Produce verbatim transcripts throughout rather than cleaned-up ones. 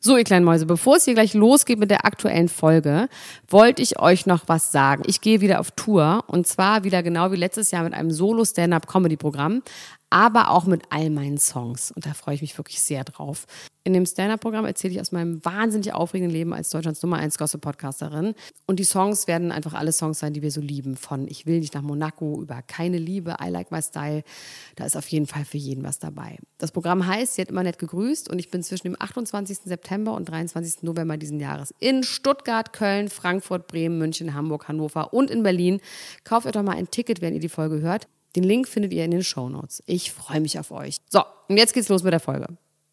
So, ihr kleinen Mäuse, bevor es hier gleich losgeht mit der aktuellen Folge, wollte ich euch noch was sagen. Ich gehe wieder auf Tour und zwar wieder genau wie letztes Jahr mit einem Solo-Stand-Up-Comedy-Programm, aber auch mit all meinen Songs. Und da freue ich mich wirklich sehr drauf. In dem Stand-Up-Programm erzähle ich aus meinem wahnsinnig aufregenden Leben als Deutschlands Nummer eins Gossip-Podcasterin. Und die Songs werden einfach alle Songs sein, die wir so lieben. Von Ich will nicht nach Monaco über Keine Liebe, I Like My Style. Da ist auf jeden Fall für jeden was dabei. Das Programm heißt, Sie hat immer nett gegrüßt und ich bin zwischen dem achtundzwanzigsten September und dreiundzwanzigsten November diesen Jahres in Stuttgart, Köln, Frankfurt, Bremen, München, Hamburg, Hannover und in Berlin. Kauft euch doch mal ein Ticket, wenn ihr die Folge hört. Den Link findet ihr in den Shownotes. Ich freue mich auf euch. So, und jetzt geht's los mit der Folge.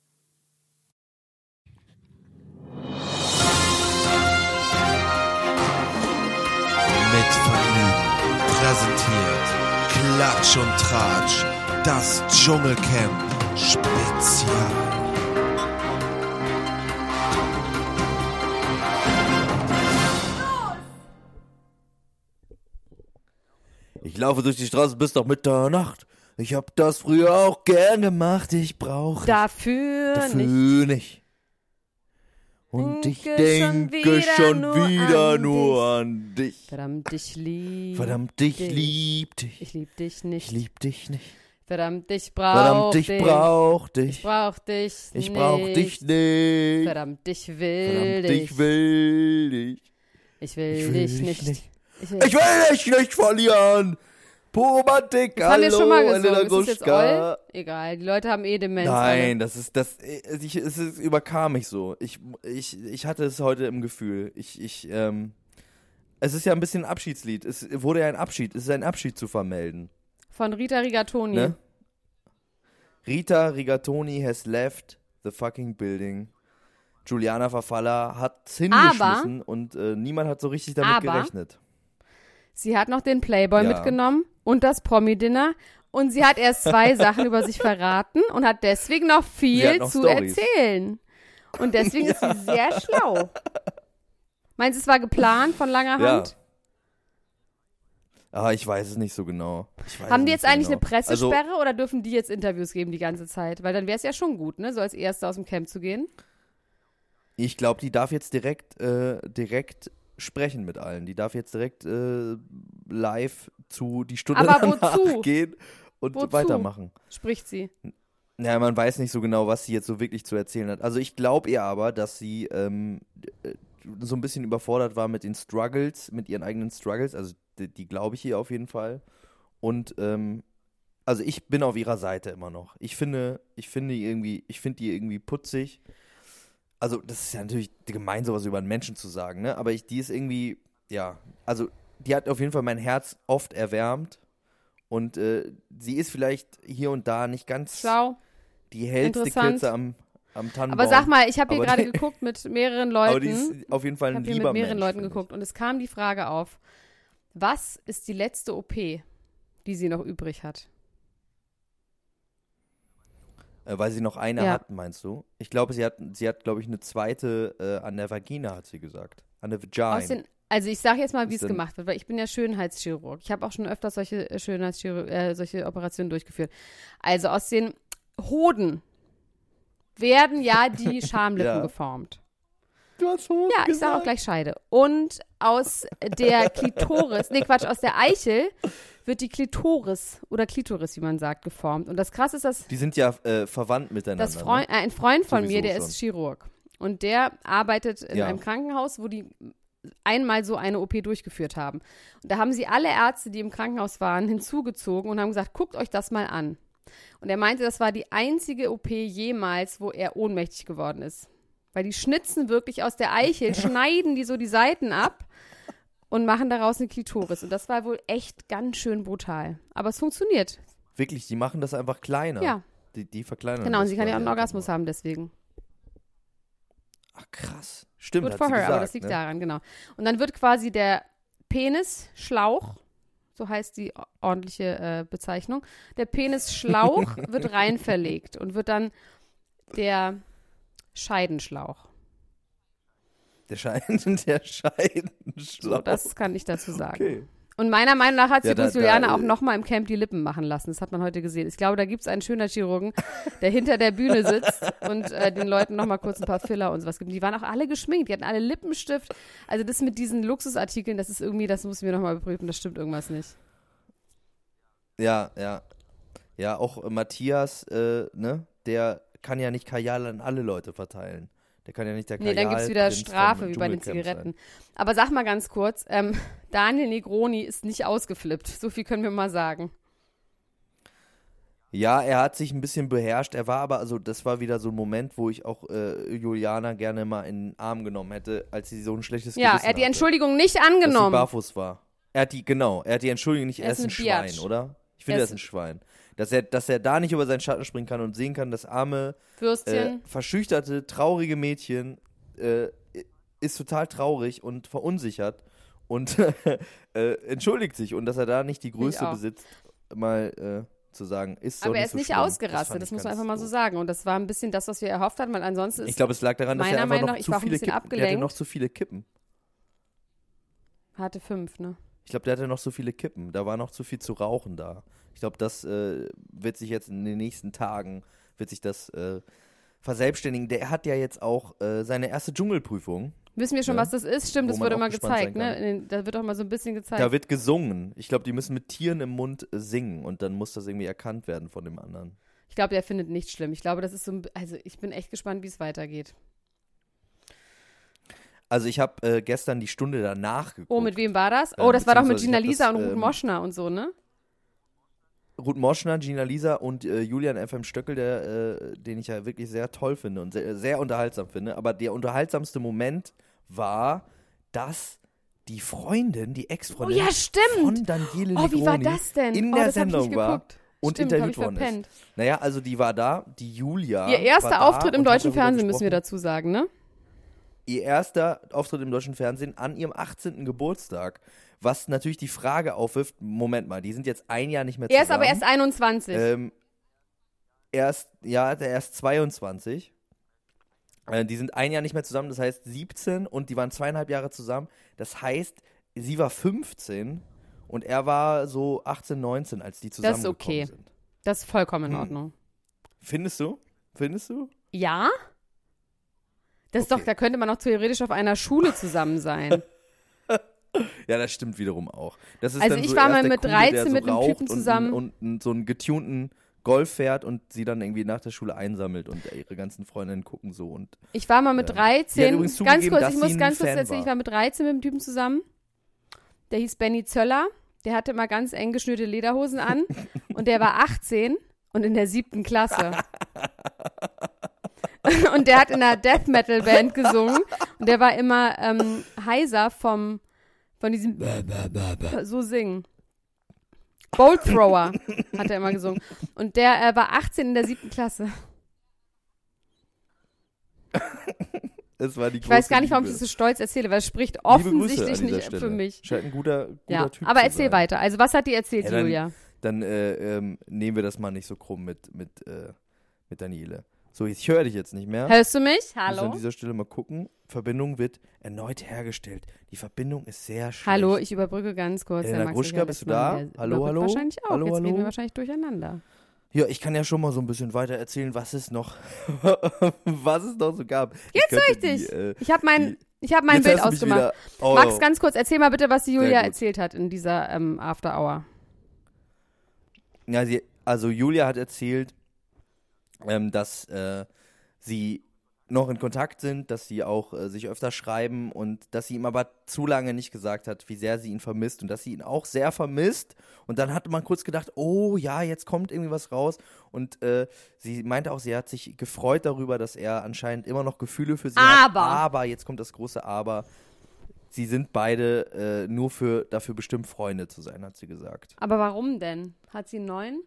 Mit Vergnügen präsentiert Klatsch und Tratsch, das Dschungelcamp Spezial. Ich laufe durch die Straße bis nach Mitternacht. Ich hab das früher auch gern gemacht. Ich brauche Dafür, dafür nicht. nicht. Und ich denke schon wieder nur an dich. Verdammt, ich lieb Verdammt, ich lieb dich. Ich lieb dich nicht. Ich lieb dich nicht. Verdammt, ich brauch Verdammt, ich dich. brauch dich. Ich brauch dich Ich nicht. brauch dich nicht. Verdammt, ich will Verdammt, dich. ich will dich. Ich will, Ich will dich dich nicht. nicht. Ich will, Ich will dich nicht verlieren. Romantik, das haben wir hallo, schon mal Elena gesungen. Ist das jetzt Gruschka. Oll? Egal, die Leute haben eh Demenz. Nein, das ist, das, ich, es ist, überkam mich so. Ich, ich, ich hatte es heute im Gefühl. Ich, ich, ähm, es ist ja ein bisschen ein Abschiedslied. Es wurde ja ein Abschied, es ist ein Abschied zu vermelden. Von Rita Rigatoni. Ne? Rita Rigatoni has left the fucking building. Juliana Verfaller hat's hingeschmissen aber, und äh, niemand hat so richtig damit aber, gerechnet. Sie hat noch den Playboy Ja. mitgenommen und das Promi-Dinner und sie hat erst zwei Sachen über sich verraten und hat deswegen noch Sie viel hat noch zu Storys. erzählen. Und deswegen ist sie sehr schlau. Meinst du, es war geplant von langer Ja. Hand? Ah, ich weiß es nicht so genau. Ich weiß Haben es die nicht jetzt so eigentlich genau. eine Pressesperre Also, oder dürfen die jetzt Interviews geben die ganze Zeit? Weil dann wäre es ja schon gut, ne? So als Erster aus dem Camp zu gehen. ich glaube, die darf jetzt direkt, äh, direkt sprechen mit allen. Die darf jetzt direkt äh, live zu die Stunde Aber danach wozu? gehen und Wozu? weitermachen. Spricht sie. Ja, man weiß nicht so genau, was sie jetzt so wirklich zu erzählen hat. Also ich glaube ihr aber, dass sie ähm, äh, so ein bisschen überfordert war mit den Struggles, mit ihren eigenen Struggles. Also die, die glaube ich ihr auf jeden Fall. Und ähm, also ich bin auf ihrer Seite immer noch. Ich finde, ich finde irgendwie, ich finde die irgendwie putzig. Also das ist ja natürlich gemein, sowas über einen Menschen zu sagen, ne? Aber ich, die ist irgendwie, ja, also die hat auf jeden Fall mein Herz oft erwärmt. Und äh, sie ist vielleicht hier und da nicht ganz Schlau. die hellste Interessant. Kerze am, am Tannenbaum. Aber sag mal, ich habe hier Aber gerade die- geguckt mit mehreren Leuten. Aber die ist auf jeden Fall Ich ein habe hier lieber mit mehreren Mensch, Leuten finde ich. geguckt und es kam die Frage auf, was ist die letzte O P, die sie noch übrig hat? Äh, weil sie noch eine Ja. hat, meinst du? Ich glaube, sie hat, sie hat, glaube ich, eine zweite äh, an der Vagina, hat sie gesagt. An der Vagina. Aus den, also ich sage jetzt mal, wie Ist es denn- gemacht wird, weil ich bin ja Schönheitschirurg. Ich habe auch schon öfters solche äh, Schönheitschirurg, äh, solche Operationen durchgeführt. Also aus den Hoden werden ja die Schamlippen Ja. geformt. Du hast Hoden Ja, ich sage auch gleich Scheide. Und aus der Klitoris, nee Quatsch, aus der Eichel wird die Klitoris oder Klitoris, wie man sagt, geformt. Und das Krasse ist, dass Die sind ja äh, verwandt miteinander. das Freund, äh, ein Freund von Sowieso mir, der schon. ist Chirurg. Und der arbeitet in Ja. einem Krankenhaus, wo die einmal so eine O P durchgeführt haben. Und da haben sie alle Ärzte, die im Krankenhaus waren, hinzugezogen und haben gesagt, guckt euch das mal an. Und er meinte, das war die einzige O P jemals, wo er ohnmächtig geworden ist. Weil die schnitzen wirklich aus der Eichel, schneiden die so die Seiten ab und machen daraus eine Klitoris. Und das war wohl echt ganz schön brutal. Aber es funktioniert. Ne? Wirklich, die machen das einfach kleiner. Ja. Die, die verkleinern Genau, und das sie kann ja auch quasi einen einfach Orgasmus nur. haben deswegen. Ach, krass. Stimmt, Good hat for sie her, gesagt, aber das liegt ne? daran, genau. Und dann wird quasi der Penisschlauch, so heißt die o- ordentliche äh, Bezeichnung, der Penisschlauch wird rein verlegt und wird dann der Scheidenschlauch. Der Schein, der Scheidenschlauch. So, das kann ich dazu sagen. Okay. Und meiner Meinung nach hat Ja, sich da- übrigens Juliane da, auch äh, nochmal im Camp die Lippen machen lassen. Das hat man heute gesehen. Ich glaube, da gibt es einen schönen Chirurgen, der hinter der Bühne sitzt und äh, den Leuten nochmal kurz ein paar Filler und sowas gibt. Die waren auch alle geschminkt, die hatten alle Lippenstift. Also das mit diesen Luxusartikeln, das ist irgendwie, das muss ich mir nochmal überprüfen, das stimmt irgendwas nicht. Ja, ja. Ja, auch äh, Matthias, äh, ne, der kann ja nicht Kajal an alle Leute verteilen. Der kann ja nicht der Kajal. Nee, dann gibt es wieder Prinz Strafe, vom wie bei den Dschungelcamp sein. Zigaretten. Aber sag mal ganz kurz, ähm, Daniel Negroni ist nicht ausgeflippt. So viel können wir mal sagen. Ja, er hat sich ein bisschen beherrscht. Er war aber, also das war wieder so ein Moment, wo ich auch äh, Juliana gerne mal in den Arm genommen hätte, als sie so ein schlechtes Ja, Gewissen er hat die hatte, Entschuldigung nicht dass sie angenommen. barfuß war. Er hat die, genau, er hat die Entschuldigung nicht, Er er ist ist ein ein Schwein, Biatch. oder? Ich finde, Er er ist ist ein Schwein. Dass er, dass er da nicht über seinen Schatten springen kann und sehen kann, das arme, äh, Würstchen. verschüchterte, traurige Mädchen äh, ist total traurig und verunsichert und äh, entschuldigt sich. Und dass er da nicht die Größe auch. besitzt, mal äh, zu sagen, ist so Aber er nicht ist so nicht schlimm. Das ausgerastet, fand das, ich muss man ganz einfach mal so doof. sagen. Und das war ein bisschen das, was wir erhofft hatten, weil ansonsten ist Ich glaube, es lag daran, dass er meiner einfach Meinung noch nach, ich zu war auch ein viele bisschen Kippen, der hatte abgelenkt. noch zu viele Kippen. Hatte fünf, ne? Ich glaube, der hatte noch so viele Kippen. Da war noch zu viel zu rauchen da. Ich glaube, das äh, wird sich jetzt in den nächsten Tagen, wird sich das äh, verselbstständigen. Der hat ja jetzt auch äh, seine erste Dschungelprüfung. Wissen wir schon, Ja. was das ist? Stimmt, Wo das man wurde auch immer gespannt gezeigt, sein ne? kann. In den, da wird auch mal so ein bisschen gezeigt. Da wird gesungen. Ich glaube, die müssen mit Tieren im Mund äh, singen und dann muss das irgendwie erkannt werden von dem anderen. Ich glaube, der findet nichts schlimm. Ich glaube, das ist so ein, also ich bin echt gespannt, wie es weitergeht. Also ich habe äh, gestern die Stunde danach geguckt. Oh, mit wem war das? Ähm, Oh, das war doch mit beziehungsweise Gina ich hab Lisa das, und Ruth ähm, Moschner und so, ne? Ruth Moschner, Gina Lisa und äh, Julian F M Stöckel, der, äh, den ich ja wirklich sehr toll finde und sehr, sehr unterhaltsam finde. Aber der unterhaltsamste Moment war, dass die Freundin, die Oh Ex-Freundin ja, stimmt. von Daniele Oh, wie war Negroni das denn? in oh, der das hab ich Sendung nicht war geguckt. und Stimmt, hab interviewt ich worden verpennt. ist. Naja, also die war da, die Julia. Ihr erster war da Auftritt im und hat deutschen darüber Fernsehen, müssen wir gesprochen. dazu sagen, ne? Ihr erster Auftritt im deutschen Fernsehen an ihrem achtzehnten Geburtstag. Was natürlich die Frage aufwirft, Moment mal, die sind jetzt ein Jahr nicht mehr Er zusammen. ist aber erst einundzwanzig. Ähm, erst, ja, der erst zweiundzwanzig. Äh, die sind ein Jahr nicht mehr zusammen, das heißt siebzehn und die waren zweieinhalb Jahre zusammen. Das heißt, sie war fünfzehn und er war so achtzehn, neunzehn, als die Das ist zusammengekommen okay. sind. Das ist vollkommen in Hm. Ordnung. Findest du? Findest du? Ja? Das ist Okay. doch, da könnte man doch theoretisch auf einer Schule zusammen sein. Ja, das stimmt wiederum auch. Das ist Also dann ich so war erst mal der mit Coole, dreizehn der so mit einem raucht Typen und, zusammen. Und, und so einen getunten Golf fährt und sie dann irgendwie nach der Schule einsammelt und ihre ganzen Freundinnen gucken so und Ich war mal mit Ja. Die hat dreizehn, übrigens ganz zugegeben, kurz, dass ich sie muss ein ganz kurz Fan erzählen, ich war. war mit dreizehn mit einem Typen zusammen, der hieß Benny Zöller, der hatte immer ganz eng geschnürte Lederhosen an und der war achtzehn und in der siebten Klasse. Und der hat in einer Death Metal Band gesungen und der war immer ähm, heiser vom, von diesem so singen. Bolt Thrower hat er immer gesungen. Und der äh, war achtzehn in der siebten Klasse. es war die Ich weiß gar nicht, warum ich Liebe. das so stolz erzähle, weil es spricht Liebe Grüße offensichtlich an dieser nicht Stelle. für mich. Scheint ein guter, guter Ja, Typ aber zu erzähl sein. weiter. Also was hat die erzählt, Ja, dann- Julia? Dann äh, ähm, nehmen wir das mal nicht so krumm mit, mit, äh, mit Daniele. So, ich höre dich jetzt nicht mehr. Hörst du mich? Ich muss an Hallo? dieser Stelle mal gucken. Verbindung wird erneut hergestellt. Die Verbindung ist sehr schlecht. Hallo, ich überbrücke ganz kurz. Elena der Max Gruschka, Richard bist du Wissmann, da? der Hallo, überbrückt hallo? Wahrscheinlich auch. Hallo, Jetzt reden hallo? wir wahrscheinlich durcheinander. Ja, ich kann ja schon mal so ein bisschen weiter erzählen, was es noch, was es noch so gab. Jetzt könnte höre ich die, dich. äh, Ich habe mein, die- ich hab mein jetzt Bild hast du mich ausgemacht. wieder- oh, Max, ganz kurz, erzähl mal bitte, was die Julia gut. erzählt hat in dieser ähm, After Hour. Ja, sie, also Julia hat erzählt, ähm, dass äh, sie noch in Kontakt sind, dass sie auch äh, sich öfter schreiben und dass sie ihm aber zu lange nicht gesagt hat, wie sehr sie ihn vermisst und dass sie ihn auch sehr vermisst. Und dann hat man kurz gedacht, oh ja, jetzt kommt irgendwie was raus. Und äh, sie meinte auch, sie hat sich gefreut darüber, dass er anscheinend immer noch Gefühle für sie Aber. hat. Aber, jetzt kommt das große Aber, sie sind beide äh, nur für dafür bestimmt, Freunde zu sein, hat sie gesagt. Aber warum denn? Hat sie einen neuen?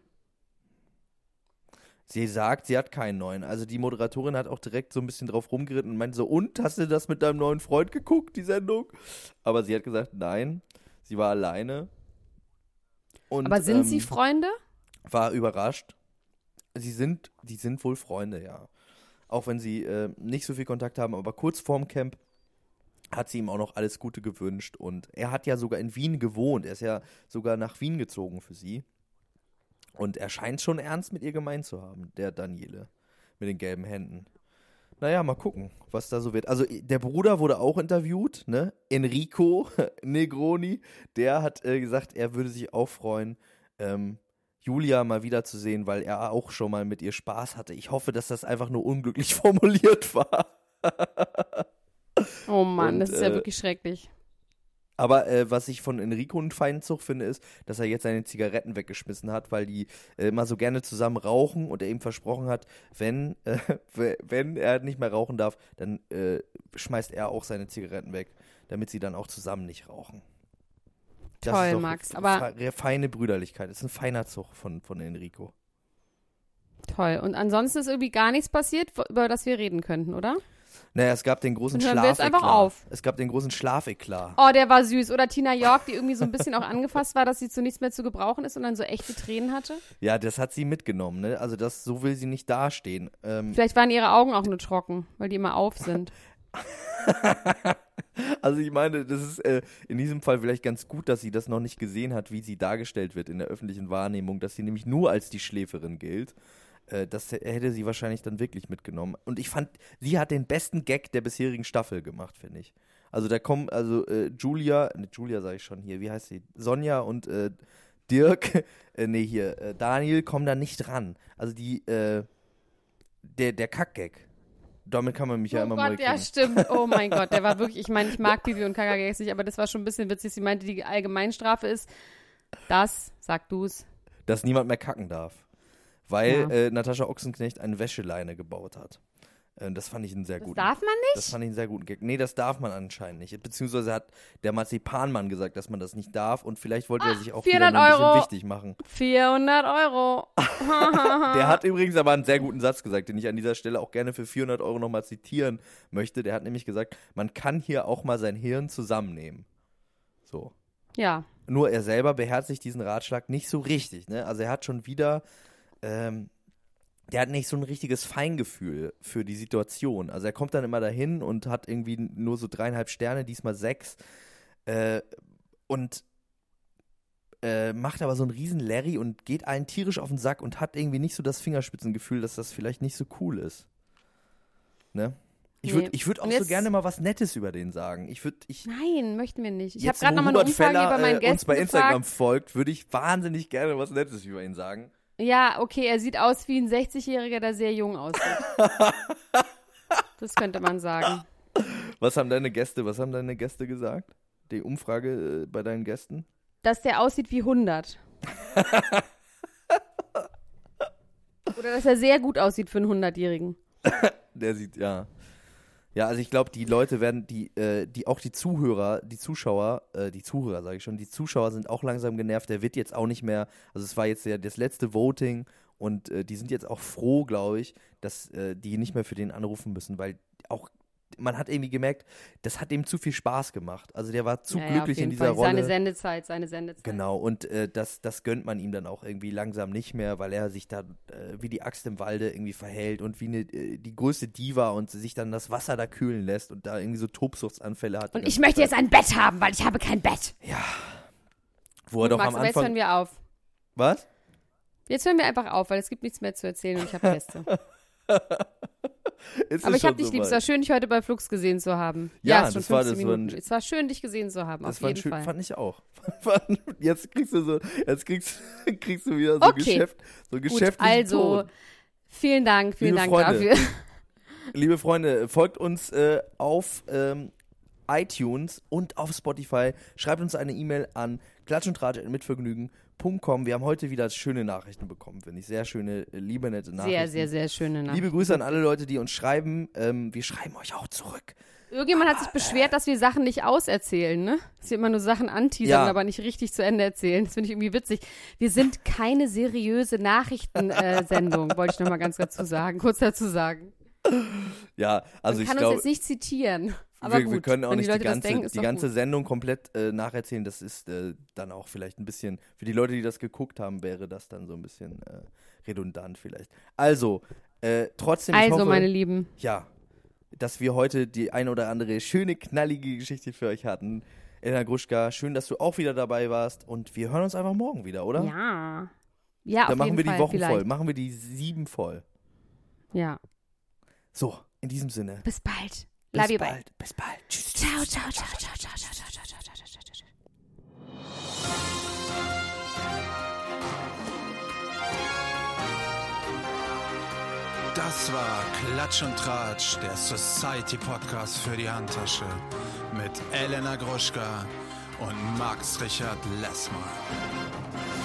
Sie sagt, sie hat keinen neuen. Also die Moderatorin hat auch direkt so ein bisschen drauf rumgeritten und meinte so, und, hast du das mit deinem neuen Freund geguckt, die Sendung? Aber sie hat gesagt, nein, sie war alleine. Und, Aber sind ähm, sie Freunde? war überrascht. Sie sind, die sind wohl Freunde, ja. Auch wenn sie äh, nicht so viel Kontakt haben, aber kurz vorm Camp hat sie ihm auch noch alles Gute gewünscht. Und er hat ja sogar in Wien gewohnt. Er ist ja sogar nach Wien gezogen für sie. Und er scheint schon ernst mit ihr gemeint zu haben, der Daniele. Mit den gelben Händen. Naja, mal gucken, was da so wird. Also der Bruder wurde auch interviewt, ne? Enrico Negroni. Der hat äh, gesagt, er würde sich auch freuen, ähm, Julia mal wiederzusehen, weil er auch schon mal mit ihr Spaß hatte. Ich hoffe, dass das einfach nur unglücklich formuliert war. Oh Mann, Und, das ist ja äh, wirklich schrecklich. Aber äh, was ich von Enrico einen Feindzug finde, ist, dass er jetzt seine Zigaretten weggeschmissen hat, weil die äh, immer so gerne zusammen rauchen und er ihm versprochen hat, wenn, äh, wenn er nicht mehr rauchen darf, dann äh, schmeißt er auch seine Zigaretten weg, damit sie dann auch zusammen nicht rauchen. Das Toll, ist doch Max, fe- aber fe- feine Brüderlichkeit. Das ist ein feiner Zug von, von Enrico. toll. Und ansonsten ist irgendwie gar nichts passiert, über das wir reden könnten, oder? Naja, es gab den großen Dann hören wir jetzt Schlafeklat. einfach auf. Es gab den großen Schlafeklat. Oh, der war süß. Oder Tina York, die irgendwie so ein bisschen auch angefasst war, dass sie zu nichts mehr zu gebrauchen ist und dann so echte Tränen hatte. Ja, das hat sie mitgenommen, ne? Also das, so will sie nicht dastehen. Ähm, Vielleicht waren ihre Augen auch nur trocken, weil die immer auf sind. Also ich meine, das ist äh, in diesem Fall vielleicht ganz gut, dass sie das noch nicht gesehen hat, wie sie dargestellt wird in der öffentlichen Wahrnehmung, dass sie nämlich nur als die Schläferin gilt. Äh, das h- hätte sie wahrscheinlich dann wirklich mitgenommen. Und ich fand, sie hat den besten Gag der bisherigen Staffel gemacht, finde ich. Also da kommen, also äh, Julia, ne, Julia sage ich schon hier, wie heißt sie? Sonja und äh, Dirk, äh, nee, hier, äh, Daniel kommen da nicht ran. Also die, äh, der, der Kack-Gag. Damit kann man mich ja Oh immer mal Gott, ja, kriegen. stimmt. Oh mein Gott, der war wirklich, ich meine, ich mag Bibi und Kaka Gags nicht, aber das war schon ein bisschen witzig. Sie meinte, die Allgemeinstrafe ist, das, sag du's. Dass niemand mehr kacken darf. Weil Ja. äh, Natascha Ochsenknecht eine Wäscheleine gebaut hat. Äh, das fand ich einen sehr Das guten. darf man Das nicht? fand ich einen sehr guten Gag. Nee, das darf man anscheinend nicht. Beziehungsweise hat der Marzipanmann gesagt, dass man das nicht darf und vielleicht wollte er sich auch wieder vierhundert nur ein bisschen Euro. wichtig machen. vierhundert Euro. Der hat übrigens aber einen sehr guten Satz gesagt, den ich an dieser Stelle auch gerne für vierhundert Euro nochmal zitieren möchte. Der hat nämlich gesagt, man kann hier auch mal sein Hirn zusammennehmen. So. Ja, Nur er selber beherzigt diesen Ratschlag nicht so richtig. Ne? Also er hat schon wieder, ähm, der hat nicht so ein richtiges Feingefühl für die Situation. Also er kommt dann immer dahin und hat irgendwie nur so dreieinhalb Sterne, diesmal sechs. Äh, und äh, macht aber so einen riesen Larry und geht allen tierisch auf den Sack und hat irgendwie nicht so das Fingerspitzengefühl, dass das vielleicht nicht so cool ist. Ne? Ich würde Nee. ich würd auch Und so jetzt- gerne mal was Nettes über den sagen. Ich würde, ich, nein, möchten wir nicht. Ich habe Jetzt, gerade wo nochmal eine Hubert Umfrage Feller, über meinen äh, Gästen uns bei Instagram gefragt. folgt, würde ich wahnsinnig gerne was Nettes über ihn sagen. Ja, okay, er sieht aus wie ein sechzigjähriger, der sehr jung aussieht. Das könnte man sagen. Was haben deine Gäste, was haben deine Gäste gesagt? Die Umfrage äh, bei deinen Gästen? Dass der aussieht wie hundert. Oder dass er sehr gut aussieht für einen hundertjährigen. Der sieht, ja. Ja, also ich glaube, die Leute werden, die, äh, die auch die Zuhörer, die Zuschauer, äh, die Zuhörer sage ich schon, die Zuschauer sind auch langsam genervt. Der wird jetzt auch nicht mehr, also es war jetzt ja das letzte Voting und äh, die sind jetzt auch froh, glaube ich, dass äh, die nicht mehr für den anrufen müssen, weil auch man hat irgendwie gemerkt, das hat ihm zu viel Spaß gemacht. Also der war zu Ja, ja, glücklich auf jeden in dieser Fall. Rolle. Seine Sendezeit, seine Sendezeit. Genau, und äh, das, das gönnt man ihm dann auch irgendwie langsam nicht mehr, weil er sich da äh, wie die Axt im Walde irgendwie verhält und wie eine, äh, die größte Diva und sich dann das Wasser da kühlen lässt und da irgendwie so Tobsuchtsanfälle hat. die Und ich ganze möchte Zeit. jetzt ein Bett haben, weil ich habe kein Bett. Wo er doch Max, am aber jetzt Anfang. hören wir auf. Was? Jetzt hören wir einfach auf, weil es gibt nichts mehr zu erzählen und ich habe Gäste. Ist Aber es ich habe schon dich lieb. Es soweit? war schön, dich heute bei Flux gesehen zu haben. Ja, es ist schon das war- fünfzehn das war ein- Minuten. Es war schön, dich gesehen zu haben, Das auf war jeden schön, Fall. fand ich auch. Jetzt kriegst du so, jetzt kriegst, kriegst du wieder so Okay. Geschäft, so Gut, geschäftlichen also, Ton. vielen Dank, vielen Liebe Dank Freunde. dafür. Liebe Freunde, folgt uns äh, auf ähm, iTunes und auf Spotify. Schreibt uns eine E-Mail an klatschundtratsch at mitvergnügen punkt com. Wir haben heute wieder schöne Nachrichten bekommen, finde ich. Sehr schöne, äh, liebe, nette Nachrichten. Sehr, sehr, sehr schöne Nachricht. Liebe Grüße an alle Leute, die uns schreiben. Ähm, wir schreiben euch auch zurück. Irgendjemand hat sich beschwert, dass wir Sachen nicht auserzählen, ne? Dass wir immer nur Sachen anteasern, Ja. aber nicht richtig zu Ende erzählen. Das finde ich irgendwie witzig. Wir sind keine seriöse Nachrichtensendung, wollte ich nochmal ganz dazu sagen, kurz dazu sagen. Ja, also Man ich kann uns glaube, jetzt nicht zitieren. Aber wir, gut, wir können auch wenn nicht die die, Leute das ganze, denken, ist die doch ganze gut. Sendung komplett äh, nacherzählen. Das ist äh, dann auch vielleicht ein bisschen, für die Leute, die das geguckt haben, wäre das dann so ein bisschen äh, redundant vielleicht. Also, äh, trotzdem, ich Also, hoffe, meine Lieben, ja, dass wir heute die ein oder andere schöne, knallige Geschichte für euch hatten. Elena Gruschka, schön, dass du auch wieder dabei warst und wir hören uns einfach morgen wieder, oder? Ja. Ja, auf Dann machen jeden wir die Fall Wochen vielleicht. voll, machen wir die sieben voll. Ja. So, in diesem Sinne. Bis bald. Bis Love you, bald. bye. Bis bald. Tschüss. Ciao, ciao, ciao, ciao, ciao, ciao, ciao, ciao, ciao, ciao, ciao, ciao. Das war Klatsch und Tratsch, der Society-Podcast für die Handtasche mit Elena Gruschka und Max Richard Lessmann.